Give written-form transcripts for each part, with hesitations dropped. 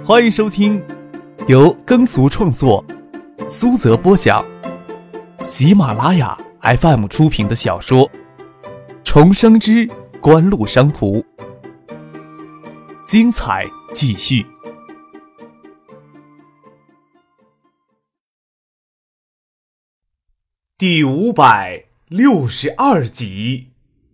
欢迎收听由耕俗创作、苏泽播讲、喜马拉雅 FM 出品的小说《重生之官路商途》，精彩继续。 第562集。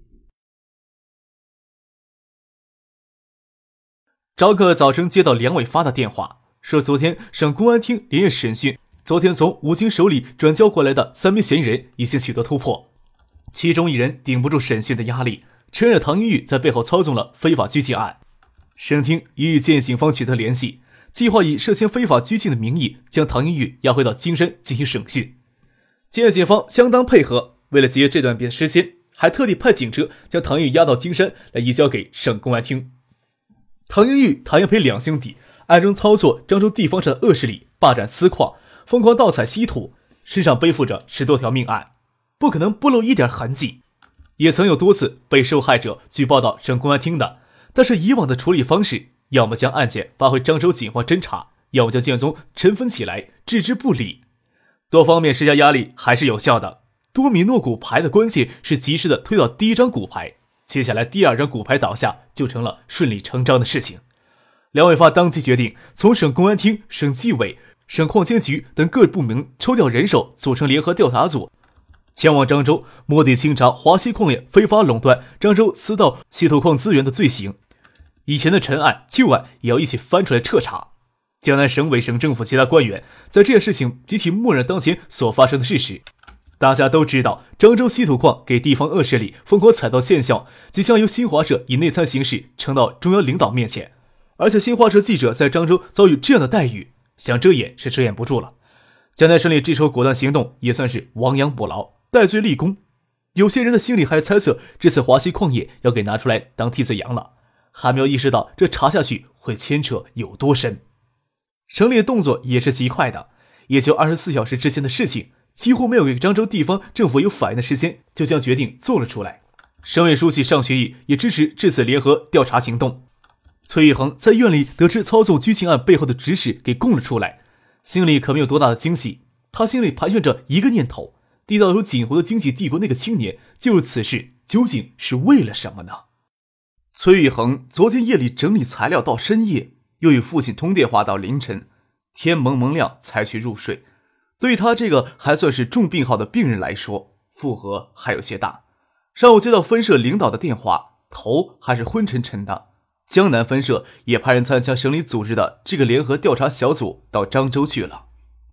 赵克早晨接到梁伟发的电话，说昨天省公安厅连夜审讯，昨天从武警手里转交过来的3名嫌疑人已经取得突破，其中一人顶不住审讯的压力，承认唐英玉在背后操纵了非法拘禁案。省厅已与建警方取得联系，计划以涉嫌非法拘禁的名义将唐英玉押回到金山进行审讯。建警方相当配合，为了节约这段时间，还特地派警车将唐英玉押到金山来移交给省公安厅。唐英玉、唐英培两兄弟暗中操作漳州地方上的恶势力，霸占私矿，疯狂盗采稀土，身上背负着10多条命案，不可能不露一点痕迹。也曾有多次被受害者举报到省公安厅的，但是以往的处理方式，要么将案件发回漳州警方侦查，要么将卷宗尘封起来置之不理。多方面施加压力还是有效的。多米诺骨牌的关键是及时的推倒第一张骨牌，接下来第二张骨牌倒下就成了顺理成章的事情。梁伟发当即决定从省公安厅、省纪委、省矿监局等各部门抽调人手，组成联合调查组，前往漳州摸底清查华西矿业非法垄断漳州私盗稀土矿资源的罪行。以前的陈案、旧案也要一起翻出来彻查。江南省委、省政府其他官员在这件事情集体默认当前所发生的事实。大家都知道，漳州稀土矿给地方恶势力疯狂采盗现象即将由新华社以内参形式呈到中央领导面前，而且新华社记者在漳州遭遇这样的待遇，想遮掩是遮掩不住了。江南省里这筹果断行动也算是亡羊补牢，戴罪立功。有些人的心里还是猜测这次华西矿业要给拿出来当替罪羊了，还没有意识到这查下去会牵扯有多深。省里动作也是极快的，也就24小时之前的事情，几乎没有给漳州地方政府有反应的时间，就将决定做了出来。省委书记尚学义也支持这次联合调查行动。崔玉衡在院里得知操纵拘禁案背后的指使给供了出来，心里可没有多大的惊喜。他心里盘旋着一个念头：地道如锦湖的经济帝国那个青年进入此事究竟是为了什么呢？崔玉衡昨天夜里整理材料到深夜，又与父亲通电话到凌晨，天蒙蒙亮才去入睡。对于他这个还算是重病号的病人来说，负荷还有些大。上午接到分社领导的电话，头还是昏沉沉的。江南分社也派人参加省里组织的这个联合调查小组到漳州去了。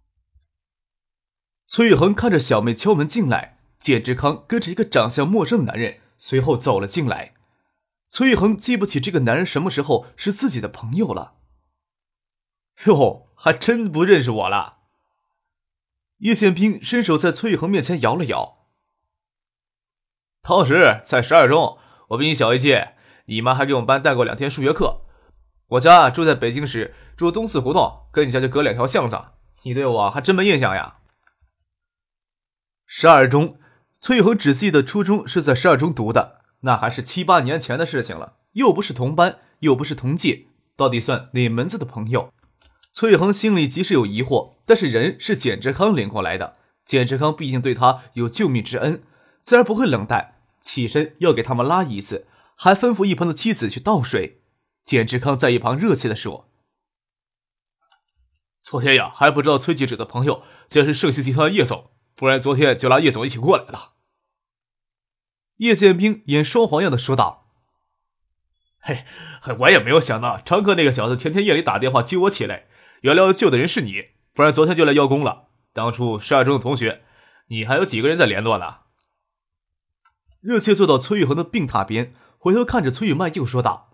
崔玉衡看着小妹敲门进来，简志康跟着一个长相陌生的男人随后走了进来。崔玉衡记不起这个男人什么时候是自己的朋友了。 哟，还真不认识我了。 叶宪兵伸手在崔玉衡面前摇了摇。 当时在12中，我比你小一届，你妈还给我们班带过2天数学课。我家住在北京市，住东四胡同，跟你家就隔2条巷子，你对我还真没印象呀。 12中，崔玉衡只记得初中是在12中读的，那还是7、8年前的事情了，又不是同班，又不是同届，到底算哪门子的朋友？崔玉衡心里即使有疑惑，但是人是简志康领过来的，简志康毕竟对他有救命之恩，自然不会冷淡，起身要给他们拉椅子，还吩咐一旁的妻子去倒水。简志康在一旁热切地说： 昨天呀，还不知道崔记者的朋友竟然是盛兴集团的叶总，不然昨天就拉叶总一起过来了。 叶剑兵演双簧样的说道： 嘿，我也没有想到常克那个小子前天夜里打电话揪我起来，原来救的人是你，不然昨天就来邀功了。当初12中的同学，你还有几个人在联络呢？ 热切坐到崔玉衡的病榻边，回头看着崔玉曼又说道：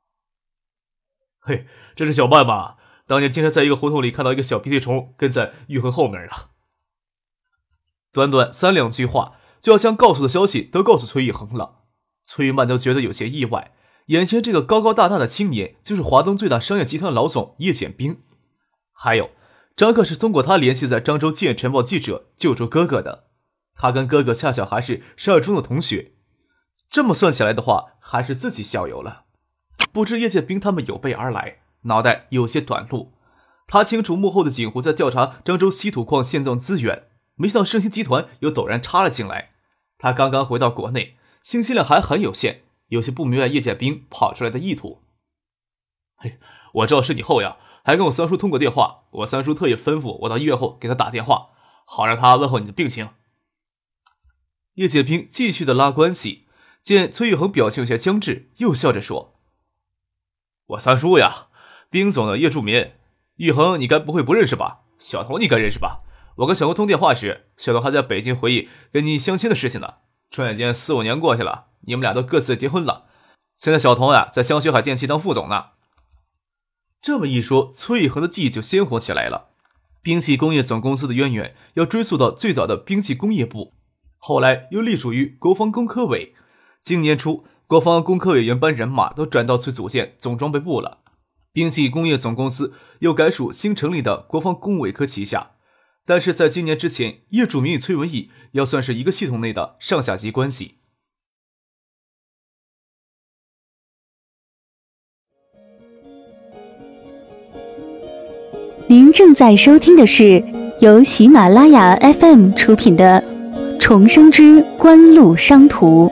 嘿，这是小曼吧？当年经常在一个胡同里看到一个小鼻涕虫跟在玉衡后面了。 短短3、2句话就要将告诉的消息都告诉崔玉衡了。崔玉曼都觉得有些意外，眼前这个高高大大的青年就是华东最大商业集团老总叶简兵。还有张克是通过他联系在漳州建晨报记者救出哥哥的，他跟哥哥恰巧还是12中的同学，这么算起来的话，还是自己效尤了。不知叶剑兵他们有备而来， 脑袋有些短路。他清楚幕后的锦湖在调查漳州稀土矿现状资源，没想到盛兴集团又陡然插了进来。他刚刚回到国内，信息量还很有限，有些不明白叶剑兵跑出来的意图。 嘿，我知道是你后呀，还跟我三叔通过电话，我三叔特意吩咐我到医院后给他打电话，好让他问候你的病情。 叶剑兵继续的拉关系，见崔玉恒表情有些僵滞，又笑着说： 我三叔呀，兵总的叶柱民，玉恒你该不会不认识吧？小童你该认识吧？我跟小童通电话时，小童还在北京回忆跟你相亲的事情呢。转眼间4、5年过去了，你们俩都各自结婚了。现在小童呀，在香雪海电器当副总呢。 这么一说，崔玉恒的记忆就鲜活起来了。兵器工业总公司的渊源要追溯到最早的兵器工业部，后来又隶属于国防工科委。今年初，国防工科委原班人马都转到组建总装备部了。兵器工业总公司又改属新成立的国防工委科旗下。但是在今年之前，叶柱民与崔文义要算是一个系统内的上下级关系。 您正在收听的是由喜马拉雅 FM 出品的《重生之官路商途》。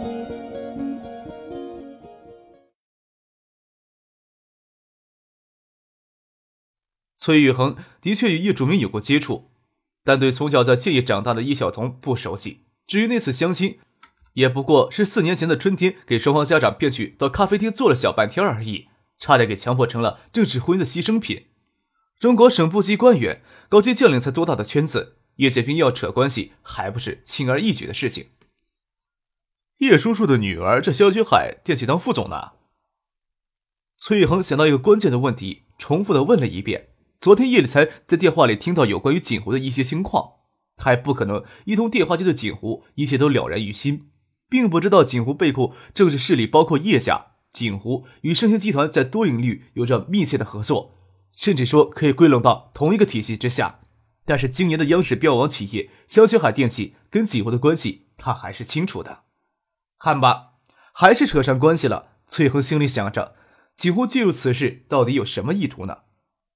崔玉恒的确与叶柱民有过接触，但对从小在建业长大的叶晓彤不熟悉。至于那次相亲，也不过是4年前的春天给双方家长骗去到咖啡厅坐了小半天而已，差点给强迫成了正式婚姻的牺牲品。中国省部级官员、高级将领才多大的圈子，叶剑兵要扯关系还不是轻而易举的事情。 叶叔叔的女儿在香雪海电器当副总呢。 崔玉恒想到一个关键的问题，重复的问了一遍。昨天夜里才在电话里听到有关于锦湖的一些情况，他也不可能一通电话就对锦湖一切都了然于心，并不知道锦湖背后政治势力包括叶家、锦湖与盛兴集团在多领域有着密切的合作，甚至说可以归拢到同一个体系之下。但是今年的央视标王企业香雪海电器跟锦湖的关系他还是清楚的。看吧，还是扯上关系了。崔恒心里想着，锦湖介入此事到底有什么意图呢？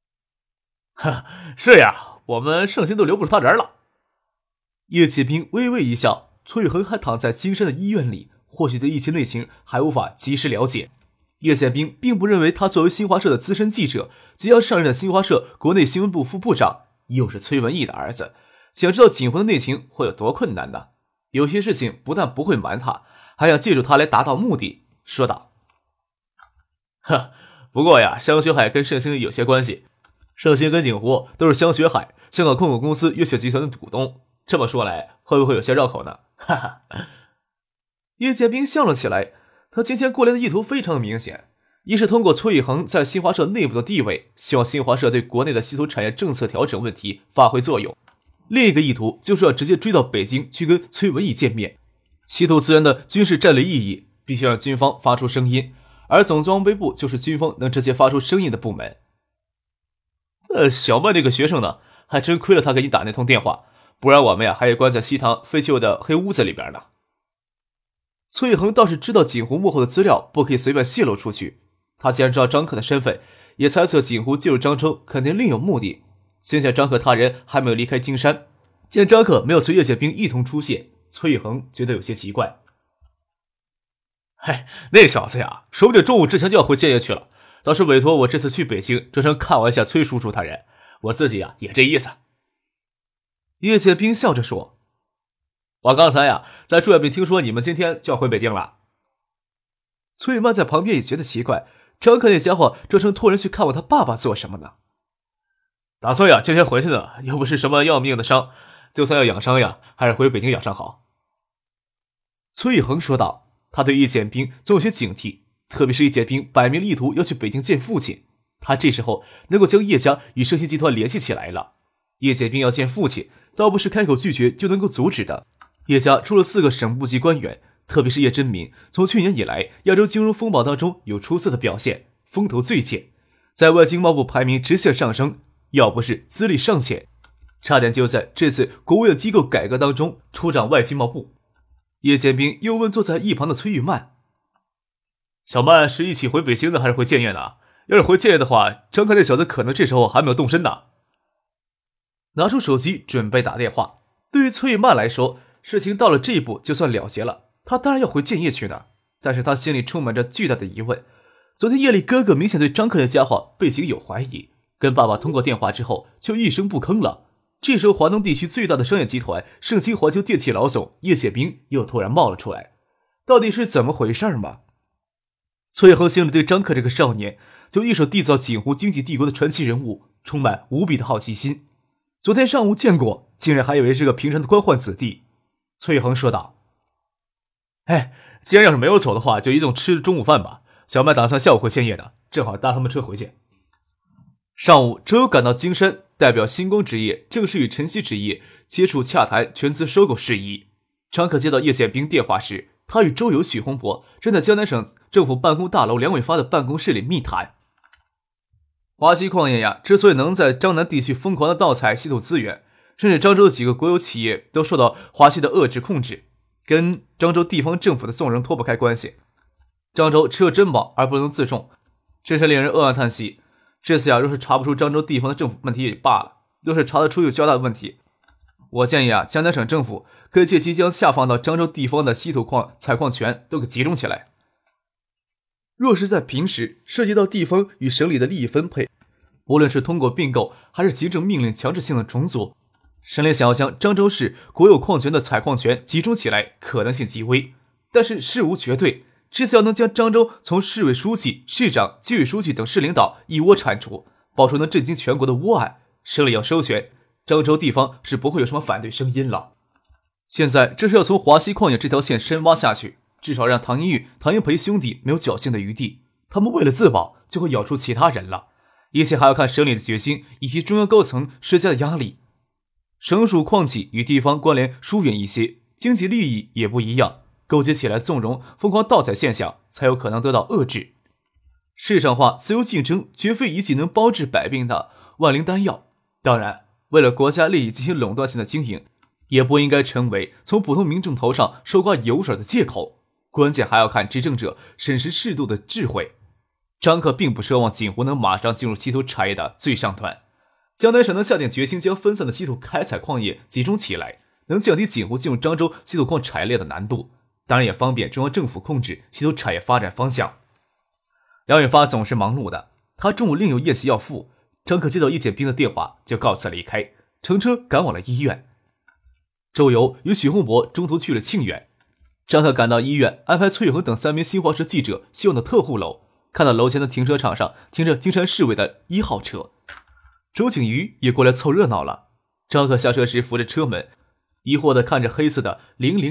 是呀，我们盛兴都留不住他人了。 叶剑兵微微一笑，崔恒还躺在金山的医院里，或许对一些内情还无法及时了解。叶剑兵并不认为他作为新华社的资深记者，即将上任的新华社国内新闻部副部长，又是崔文义的儿子，想知道锦湖的内情会有多困难呢？有些事情不但不会瞒他，还要借助他来达到目的，说道： 不过呀，香雪海跟盛兴有些关系，盛兴跟锦湖都是香雪海香港控股公司悦雪集团的股东，这么说来会不会有些绕口呢？哈哈。 叶剑兵笑了起来，他今天过来的意图非常明显，一是通过崔玉恒在新华社内部的地位，希望新华社对国内的稀土产业政策调整问题发挥作用；另一个意图就是要直接追到北京去跟崔文义见面。稀土资源的军事战略意义必须让军方发出声音，而总装备部就是军方能直接发出声音的部门。 小麦那个学生呢，还真亏了他给你打那通电话，不然我们呀还得关在西塘废旧的黑屋子里边呢。 崔恒倒是知道锦湖幕后的资料不可以随便泄露出去，他既然知道张克的身份，也猜测锦湖介入漳州肯定另有目的。现在张克他人还没有离开金山，见张克没有随叶剑兵一同出现，崔恒觉得有些奇怪。 那小子呀，说不定中午之前就要回建业去了，倒是委托我这次去北京专程看望一下崔叔叔他人，我自己呀也这意思。 叶剑兵笑着说： 我刚才呀在住院病听说你们今天就要回北京了。 崔曼在旁边也觉得奇怪，张克那家伙专程托人去看望他爸爸做什么呢？ 打算呀今天回去呢，又不是什么要命的伤，就算要养伤呀，还是回北京养伤好。 崔恒说道。他对叶剑兵总有些警惕，特别是叶剑兵摆明了意图要去北京见父亲，他这时候能够将叶家与盛兴集团联系起来了。叶剑兵要见父亲，倒不是开口拒绝就能够阻止的。叶家出了4个省部级官员，特别是叶真民，从去年以来亚洲金融风暴当中有出色的表现，风头最健，在外经贸部排名直线上升，要不是资历尚浅，差点就在这次国务院机构改革当中出掌外经贸部。叶剑兵又问坐在一旁的崔玉曼： 小曼是一起回北京的还是回建业呢？ 要是回建业的话，张克那小子可能这时候还没有动身呢。拿出手机准备打电话。对于崔玉曼来说，事情到了这一步就算了结了，他当然要回建业去呢。但是他心里充满着巨大的疑问。昨天夜里哥哥明显对张克的家伙背景有怀疑，跟爸爸通过电话之后就一声不吭了。这时候华东地区最大的商业集团盛兴环球电器老总叶宪兵又突然冒了出来，到底是怎么回事嘛？崔恒心里对张克这个少年就一手缔造锦湖经济帝国的传奇人物充满无比的好奇心。昨天上午见过，竟然还以为是个平常的官宦子弟。崔恒说道：既然要是没有走的话，就一同吃中午饭吧。小麦打算下午回建业的，正好搭他们车回去。上午，周游赶到金山，代表星光纸业正式与晨曦纸业接触洽谈全资收购事宜。张可接到叶宪兵电话时，他与周游、许洪博正在江南省政府办公大楼梁伟发的办公室里密谈。华西矿业呀，之所以能在江南地区疯狂的盗采稀土资源，甚至漳州的几个国有企业都受到华西的遏制控制，跟漳州地方政府的纵容脱不开关系。漳州只有珍宝而不能自重，真是令人扼腕叹息。这次若是查不出漳州地方的政府问题也罢了，要是查得出有较大的问题，我建议江南省政府可以借机将下放到漳州地方的稀土矿采矿权都给集中起来。若是在平时涉及到地方与省里的利益分配，无论是通过并购还是行政命令强制性的重组，省里想要将漳州市国有矿权的采矿权集中起来，可能性极微。但是事无绝对，这次要能将漳州从市委书记、市长、纪委书记等市领导一窝铲除，爆出能震惊全国的窝案，省里要收权，漳州地方是不会有什么反对声音了。现在这是要从华西矿业这条线深挖下去，至少让唐英玉、唐英培兄弟没有侥幸的余地。他们为了自保，就会咬出其他人了。一切还要看省里的决心以及中央高层施加的压力。省属矿企与地方关联疏远一些，经济利益也不一样，勾结起来纵容疯狂盗采现象，才有可能得到遏制。市场化、自由竞争绝非一剂能包治百病的万灵丹药。当然，为了国家利益进行垄断性的经营，也不应该成为从普通民众头上收刮油水的借口。关键还要看执政者审时适度的智慧。张克并不奢望锦湖能马上进入稀土产业的最上端，江南省能下定决心将分散的稀土开采矿业集中起来，能降低锦湖进入漳州稀土矿产业链的难度，当然也方便中央政府控制稀土产业发展方向。梁远发总是忙碌的，他中午另有宴席要赴。张克接到叶宪兵的电话就告辞离开，乘车赶往了医院。周游与许洪博中途去了庆元。张克赶到医院，安排崔恒等3名新华社记者希望的特护楼，看到楼前的停车场上停着金山市委的1号车。周景瑜也过来凑热闹了。张克下车时扶着车门，疑惑地看着黑色的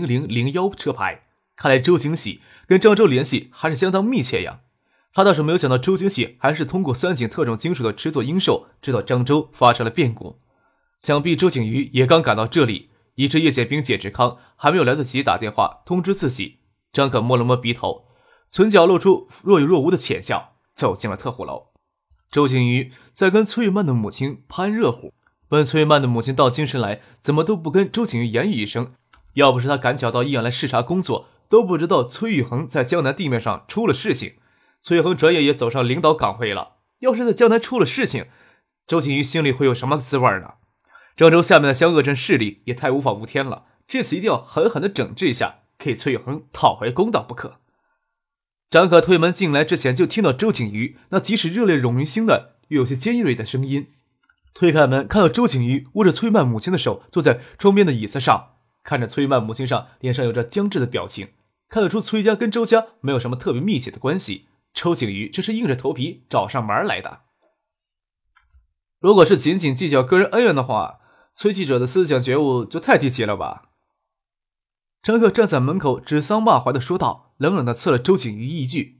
00001车牌，看来周景喜跟漳州联系还是相当密切呀。他倒是没有想到周景喜还是通过3警特种金属的制作鹰兽知道漳州发生了变故。想必周景瑜也刚赶到这里，以致叶宪兵、简志康还没有来得及打电话通知自己。张可摸了摸鼻头，唇角露出若有若无的浅笑，走进了特护楼。周景瑜在跟崔玉曼的母亲攀热乎，问崔玉曼的母亲到精神来怎么都不跟周景瑜言语一声，要不是他赶巧到医院来视察工作，都不知道崔玉恒在江南地面上出了事情。崔玉恒转眼也走上领导岗位了，要是在江南出了事情，周景瑜心里会有什么滋味呢？漳州下面的湘鄂镇势力也太无法无天了，这次一定要狠狠地整治一下，给崔玉恒讨回公道不可。张可推门进来之前，就听到周景瑜那即使热烈冗余兴的又有些尖锐的声音。推开门，看到周景瑜握着崔曼母亲的手坐在窗边的椅子上，看着崔曼母亲上脸上有着僵滞的表情，看得出崔家跟周家没有什么特别密切的关系。周景瑜这是硬着头皮找上门来的。如果是仅仅计较个人恩怨的话，崔记者的思想觉悟就太低级了吧。张克站在门口指桑骂槐的说道，冷冷地刺了周景瑜一句。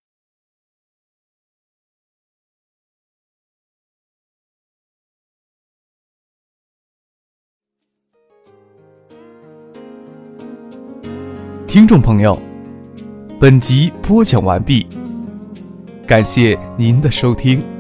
听众朋友，本集播讲完毕，感谢您的收听。